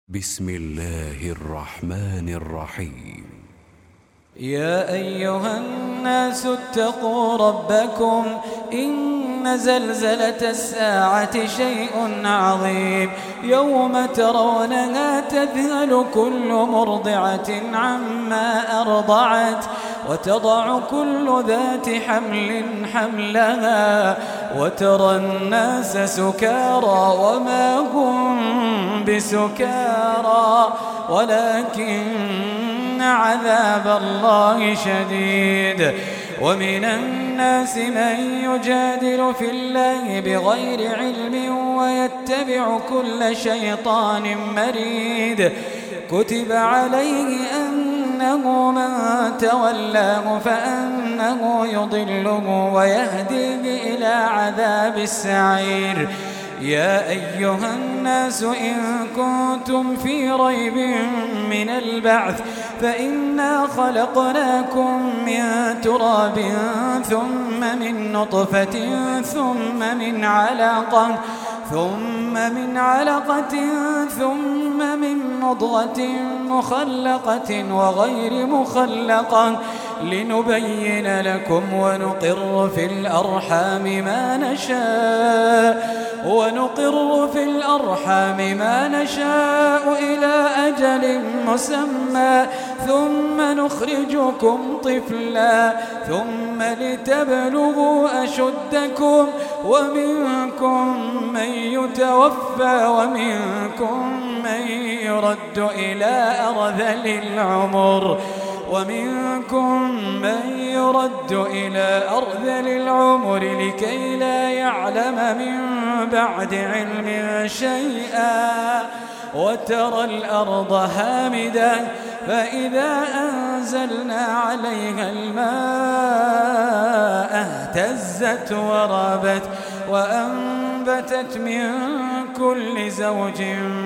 بسم الله الرحمن الرحيم. يا أيها الناس اتقوا ربكم إن زلزلة الساعة شيء عظيم يوم ترونها تذهل كل مرضعة عما أرضعت وتضع كل ذات حمل حملها وترى الناس سكارى وما هم بسكارى ولكن عذاب الله شديد. ومن الناس من يجادل في الله بغير علم ويتبع كل شيطان مريد كتب عليه أنه من تولاه فأنه يضله ويهديه إلى عذاب السعير. يا أيها الناس إن كنتم في ريب من البعث فإنا خلقناكم من تراب ثم من نطفة ثم من علقة ثم من مضغة مخلقة وغير مخلقة لنبين لكم ونقر في الأرحام ما نشاء إلى أجل مسمى ثم نخرجكم طفلا ثم لتبلغوا أشدكم ومنكم من يتوفى ومنكم من يرد إلى أرذل العمر لكي لا يعلم من بعد علم شيئا. وترى الأرض هامدة فإذا أنزلنا عليها الماء اهتزت وربت وأنبتت من كل زوج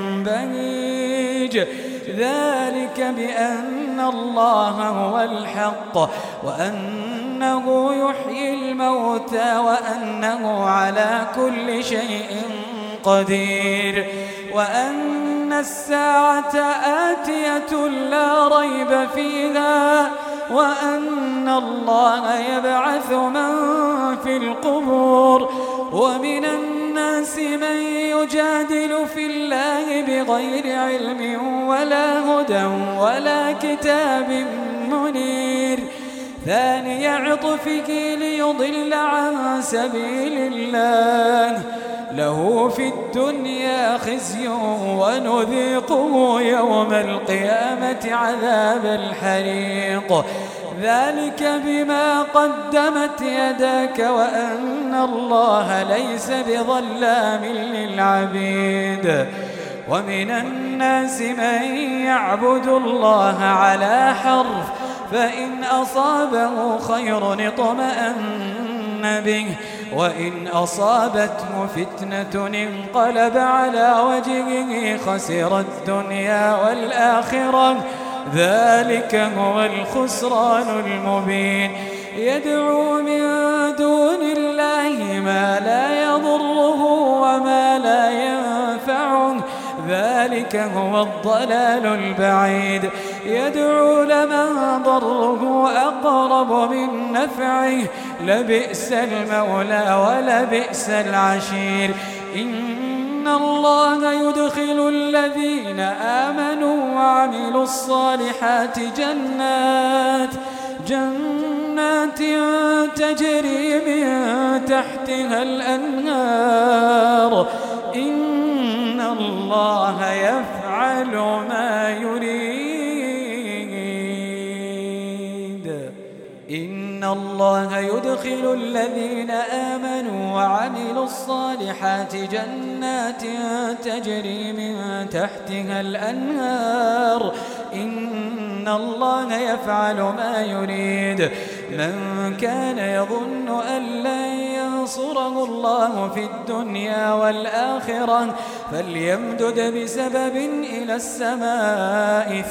بهيج ذلك بأن الله هو الحق وأنه يحيي الموتى وأنه على كل شيء قدير وأن الساعة آتية لا ريب فيها وأن الله يبعث من في القبور. ومن الناس من يجادل في الله بغير علم ولا هدى ولا كتاب منير ثاني عطفه ليضل عن سبيل الله له في الدنيا خزي ونذيقه يوم القيامة عذاب الحريق ذلك بما قدمت يداك وأن الله ليس بظلام للعبيد. ومن الناس من يعبد الله على حرف فإن أصابه خير اطمأن به وإن أصابته فتنة انقلب على وجهه خسر الدنيا والآخرة ذلك هو الخسران المبين. يدعو من دون الله ما لا يضره وما لا ينفعه ذلك هو الضلال البعيد. يدعو لمن ضره أقرب من نفعه لبئس المولى ولبئس العشير. إن الله يدخل الذين آمنوا وعملوا الصالحات جنات تجري من تحتها الأنهار إن الله يفعل ما يريد. إن الله يدخل الذين آمنوا وعملوا الصالحات جنات تجري من تحتها الأنهار إن الله يفعل ما يريد. من كان يظن أن لن ينصره الله في الدنيا والآخرة فليمدد بسبب إلى السماء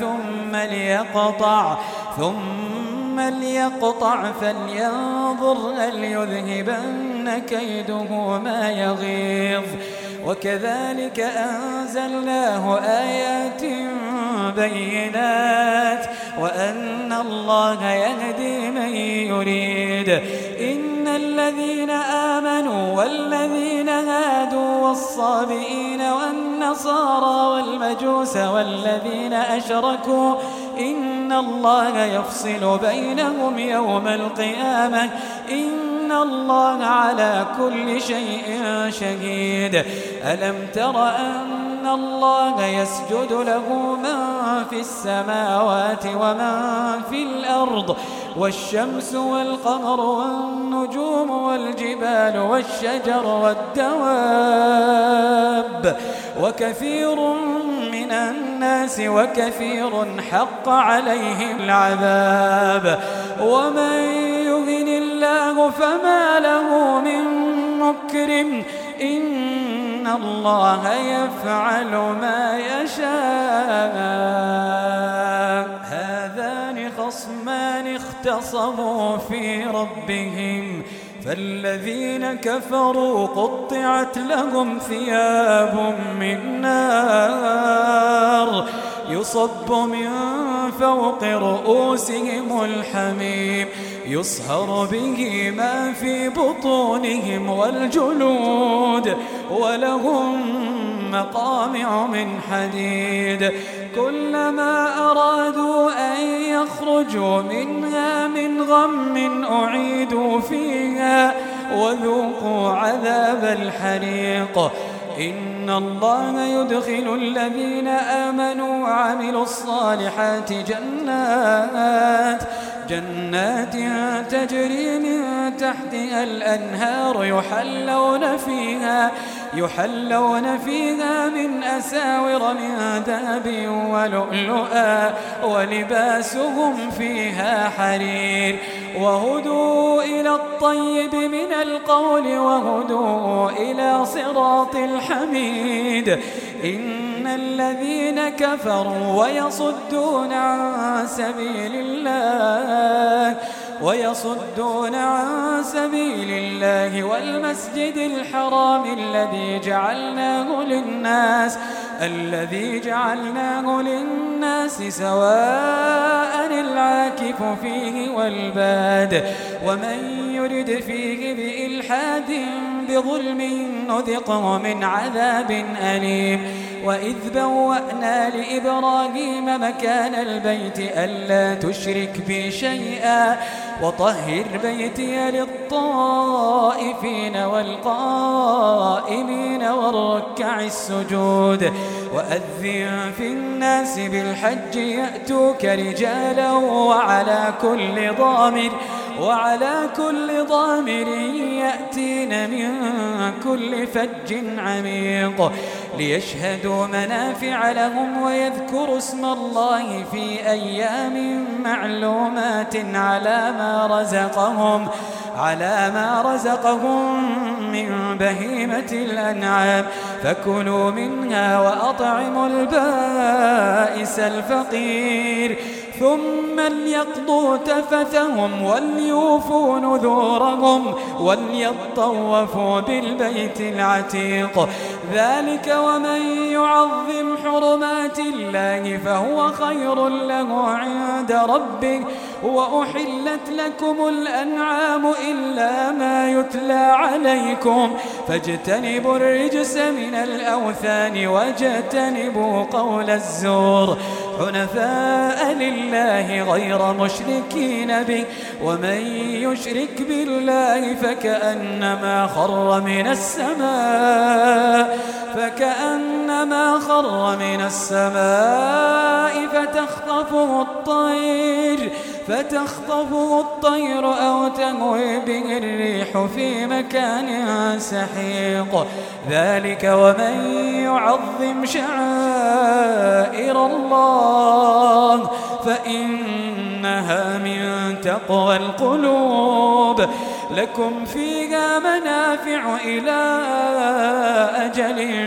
ثم ليقطع فلينظر هل يذهبن كيده ما يغيظ. وكذلك أنزلناه آيات بينات وأن الله يهدي من يريد. إن الذين آمنوا والذين هادوا والصابئين والنصارى والمجوس والذين أشركوا إن الله يفصل بينهم يوم القيامة إن الله على كل شيء شهيد. ألم تر أن الله يسجد له من في السماوات ومن في الأرض والشمس والقمر والنجوم والجبال والشجر والدواب وكثير من الناس وكثير حق عليه العذاب ومن يهن الله فما له من مكرم إن الله يفعل ما يشاء. هذان خصمان اختصموا في ربهم فالذين كفروا قطعت لهم ثياب من نار يصب من فوق رؤوسهم الحميم يصهر به ما في بطونهم والجلود ولهم مقامع من حديد كلما أرادوا أن يخرجوا منها من غم أعيدوا فيها وذوقوا عذاب الحريق. إن الله يدخل الذين آمنوا وعملوا الصالحات جنات تجري من تحتها الأنهار يحلون فيها من أساور من ذهب ولؤلؤا ولباسهم فيها حرير وهدوا إلى الطيب من القول وهدوا إلى صراط الحميد. إن الذين كفروا ويصدون عن سبيل الله والمسجد الحرام الذي جعلناه للناس سواء العاكف فيه والباد ومن يرد فيه بإلحاد بظلم نذقه من عذاب أليم. وإذ بوأنا لإبراهيم مكان البيت ألا تشرك بي شيئا وطهر بيتي للطائفين والقائمين والركع السجود وأذن في الناس بالحج يأتوك رجالا وعلى كل ضامر يأتين من كل فج عميق ليشهدوا منافع لهم ويذكروا اسم الله في أيام معلومات على ما رزقهم من بهيمة الأنعام فكلوا منها وأطعموا البائس الفقير ثم ليقضوا تفثهم وليوفوا نذورهم وليطوفوا بالبيت العتيق. ذلك ومن يعظم حرمات الله فهو خير له عند ربه وأحلت لكم الأنعام إلا ما يتلى عليكم فاجتنبوا الرجس من الأوثان واجتنبوا قول الزور حنفاء لله غير مشركين به ومن يشرك بالله فكأنما خر من السماء فتخطفه الطير أو تهوي به الريح في مكان سحيق. ذلك ومن يعظم شعائر الله فإنها من تقوى القلوب. لكم فيها منافع إلى أجل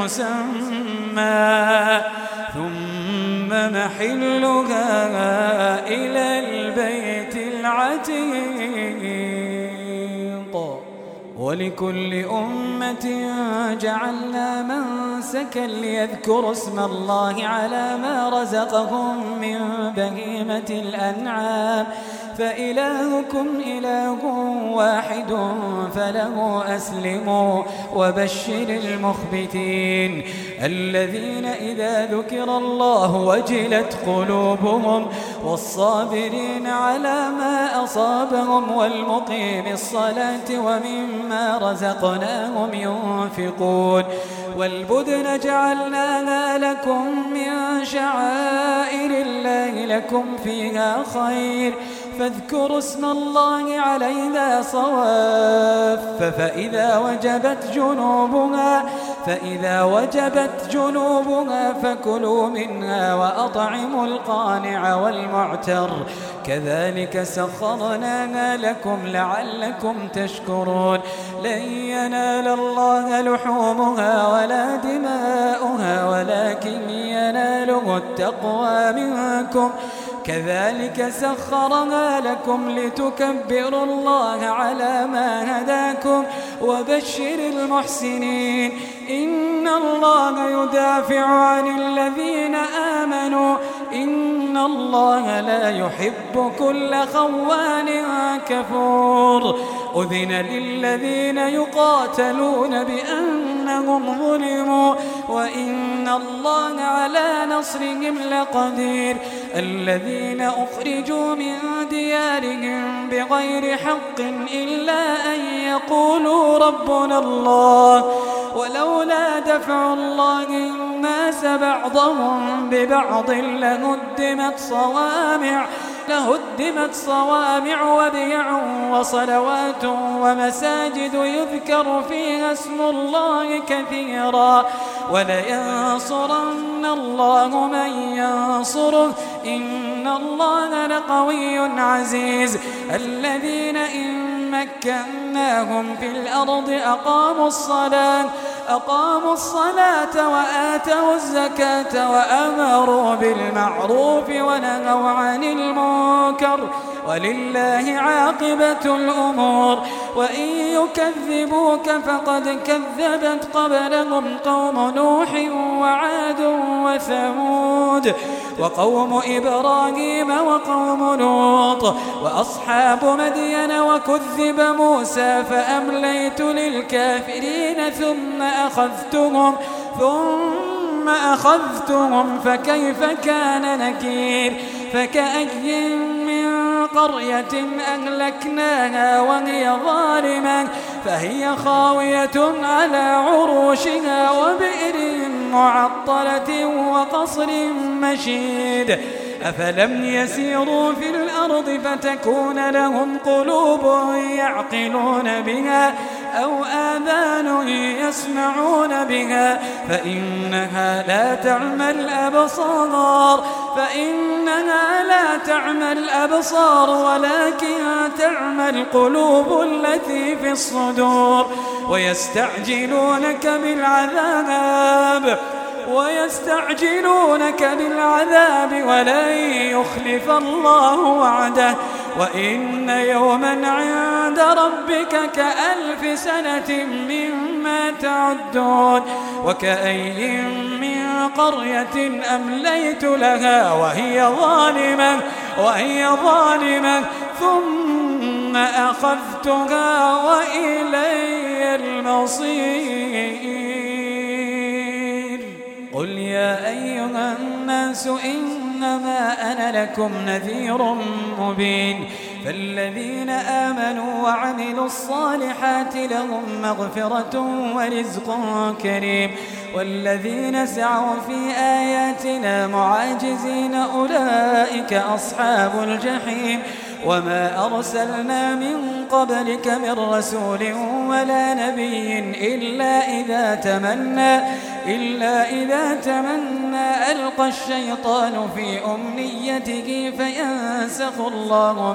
مسمى ثم محلها إلى البيت العتيق. ولكل أمة جعلنا منسكا ليذكروا اسم الله على ما رزقهم من بهيمة الأنعام فإلهكم إله واحد فله أسلموا وبشر المخبتين الذين إذا ذكر الله وجلت قلوبهم والصابرين على ما أصابهم والمقيم الصلاة ومما رزقناهم ينفقون والبدن جعلناها لكم من شعائر الله لكم فيها خير فاذكروا اسم الله عليها صواف فإذا وجبت جنوبها فكلوا منها وأطعموا القانع والمعتر كذلك سخرناها لكم لعلكم تشكرون لن ينال الله لحومها ولا دماؤها ولكن يناله التقوى منكم كذلك سخرها لكم لتكبروا الله على ما هداكم وبشر المحسنين إن الله يدافع عن الذين آمنوا إن الله لا يحب كل خوان كفور أذن للذين يقاتلون بأنهم ظلموا وإن الله على نصرهم لقدير الذين أخرجوا من ديارهم بغير حق إلا أن يقولوا ربنا الله ولولا دفع الله الناس بعضهم ببعض لهدمت صوامع وبيع وصلوات ومساجد يذكر فيها اسم الله كثيرا ولينصرن الله من ينصره إن الله لقوي عزيز الذين إن مكناهم في الأرض أقاموا الصلاة وآتوا الزكاة وأمروا بالمعروف ونهوا عن المنكر ولله عاقبة الأمور وإن يكذبوك فقد كذبت قبلهم قوم نوح وعاد وثمود وقوم إبراهيم وقوم لوط وأصحاب مدين وكذب موسى فأمليت للكافرين ثم أخذتهم فكيف كان نكير فكأي من قرية أهلكناها وهي ظالمة فهي خاوية على عروشها وبئر معطلة وقصر مشيد أفلم يسيروا في الأرض فتكون لهم قلوب يعقلون بها أو آذان يسمعون بها فإنها لا تعمى الأبصار ولكن تعمى القلوب التي في الصدور ويستعجلونك بالعذاب ولن يخلف الله وعده وإن يوما عند ربك كألف سنة مما تعدون وكأي من قرية أمليت لها وهي ظالمة ثم أخذتها وإلي المصير قل يا أيها الناس إنما أنا لكم نذير مبين فالذين آمنوا وعملوا الصالحات لهم مغفرة ورزق كريم والذين سعوا في آياتنا معاجزين أولئك أصحاب الجحيم وما أرسلنا من قبلك من رسول ولا نبي إلا إذا تمنى ألقى الشيطان في أمنيته فينسخ الله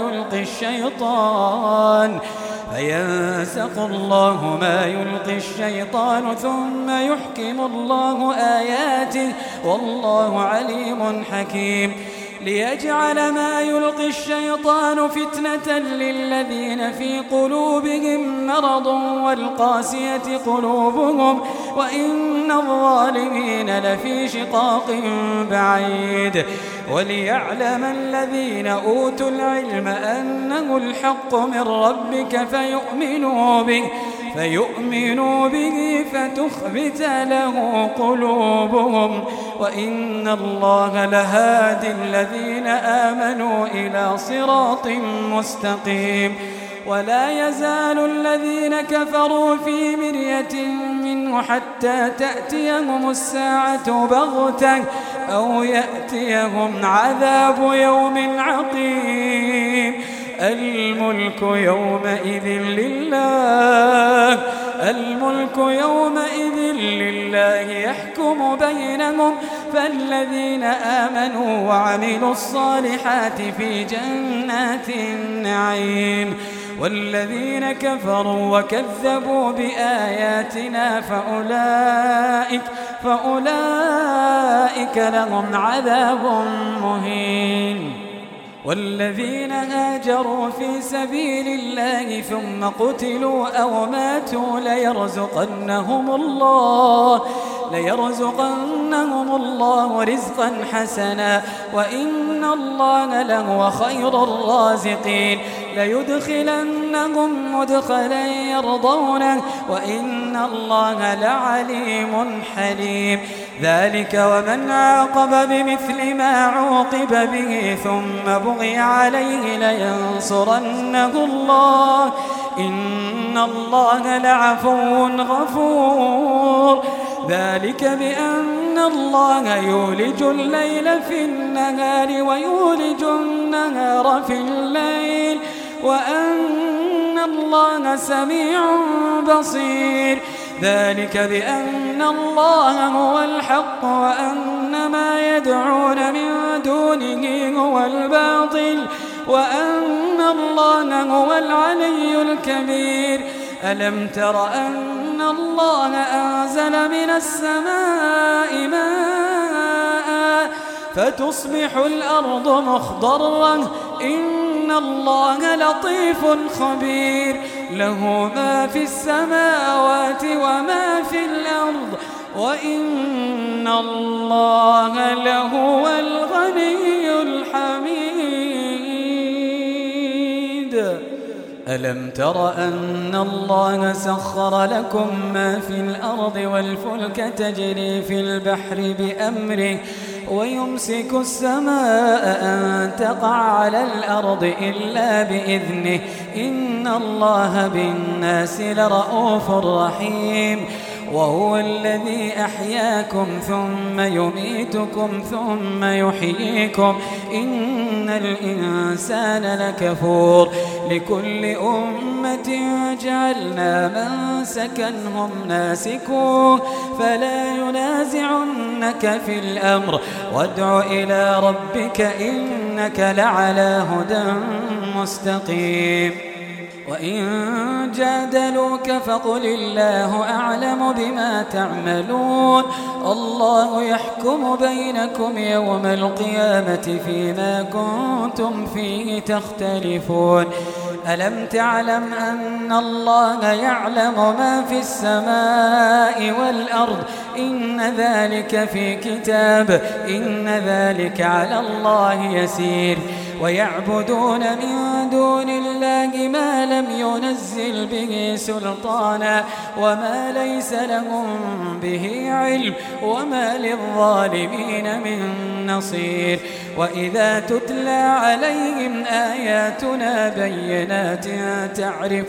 ما يلقي الشيطان ثم يحكم الله آياته والله عليم حكيم ليجعل ما يلقي الشيطان فتنة للذين في قلوبهم مرض والقاسية قلوبهم وإن الظالمين لفي شقاق بعيد وليعلم الذين أوتوا العلم أنه الحق من ربك فيؤمنوا به فتخبت له قلوبهم وإن الله لهادي الذين آمنوا إلى صراط مستقيم ولا يزال الذين كفروا في مرية منه حتى تأتيهم الساعة بغتة أو يأتيهم عذاب يوم عقيم الملك يومئذ لله يحكم بينهم فالذين آمنوا وعملوا الصالحات في جنات النعيم والذين كفروا وكذبوا بآياتنا فأولئك لهم عذاب مهين والذين هاجروا في سبيل الله ثم قتلوا أو ماتوا ليرزقنهم الله رزقا حسنا وإن الله لهو خير الرازقين ليدخلنهم مدخلا يرضونه وإن الله لعليم حليم ذلك ومن عاقب بمثل ما عوقب به ثم بغي عليه لينصرنه الله إن الله لعفو غفور ذلك بأن الله يولج الليل في النهار ويولج النهار في الليل وأن الله سميع بصير ذلك بأن الله هو الحق وأن ما يدعون من دونه هو الباطل وأن الله هو العلي الكبير ألم تر أن الله أنزل من السماء ماء فتصبح الأرض مخضرة إن الله لطيف خبير له ما في السماوات وما في الأرض وإن الله لهو الغني الحميد ألم تر أن الله سخر لكم ما في الأرض والفلك تجري في البحر بأمره ويمسك السماء أن تقع على الأرض إلا بإذنه إن الله بالناس لرؤوف رحيم وهو الذي أحياكم ثم يميتكم ثم يحييكم إن الإنسان لكفور لكل أمة جعلنا منسكا هم ناسكوه فلا ينازعنك في الأمر وادع إلى ربك إنك لعلى هدى مستقيم وإن جادلوك فقل الله أعلم بما تعملون الله يحكم بينكم يوم القيامة فيما كنتم فيه تختلفون ألم تعلم أن الله يعلم ما في السماء والأرض إن ذلك في كتاب إن ذلك على الله يسير ويعبدون من دون الله ما لم ينزل به سلطانا وما ليس لهم به علم وما للظالمين من نصير وإذا تتلى عليهم آياتنا بينات تعرف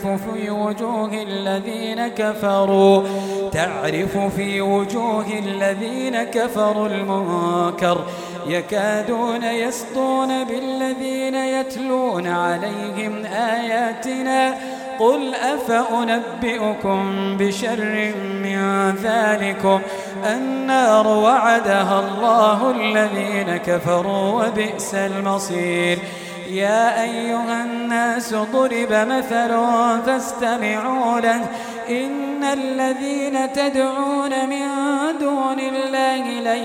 في وجوه الذين كفروا المنكر يكادون يسطون بالذين يتلون عليهم آياتنا قل أفأنبئكم بشر من ذلكم النار وعدها الله الذين كفروا وبئس المصير يا أيها الناس ضرب مثل فاستمعوا له إن الذين تدعون من دون الله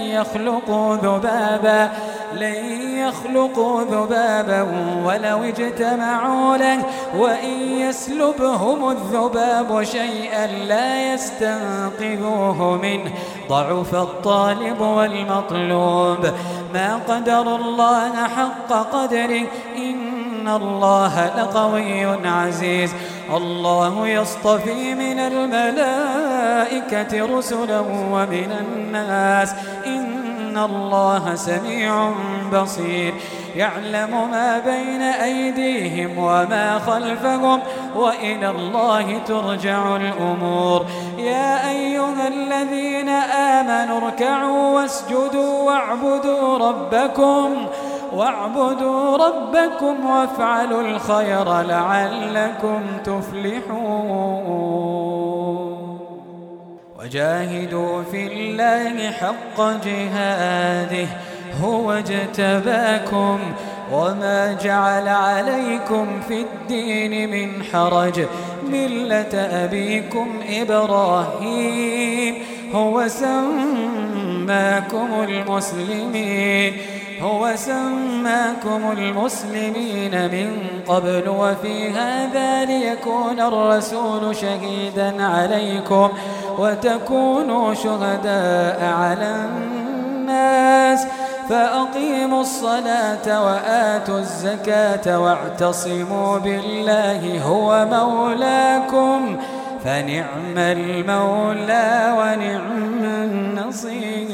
لن يخلقوا ذبابا ولو اجتمعوا له وإن يسلبهم الذباب شيئا لا يستنقذوه منه ضعف الطالب والمطلوب ما قدر الله حق قدره إن الله لقوي عزيز الله يصطفي من الملائكة رسلا ومن الناس إن الله سميع بصير يعلم ما بين أيديهم وما خلفهم وإلى الله ترجع الأمور يا أيها الذين آمنوا اركعوا واسجدوا واعبدوا ربكم وافعلوا الخير لعلكم تفلحون وجاهدوا في الله حق جهاده هو اجتباكم وما جعل عليكم في الدين من حرج ملة أبيكم إبراهيم هو سماكم المسلمين من قبل وفي هذا ليكون الرسول شهيدا عليكم وتكونوا شهداء على الناس فأقيموا الصلاة وآتوا الزكاة واعتصموا بالله هو مولاكم فنعم المولى ونعم النصير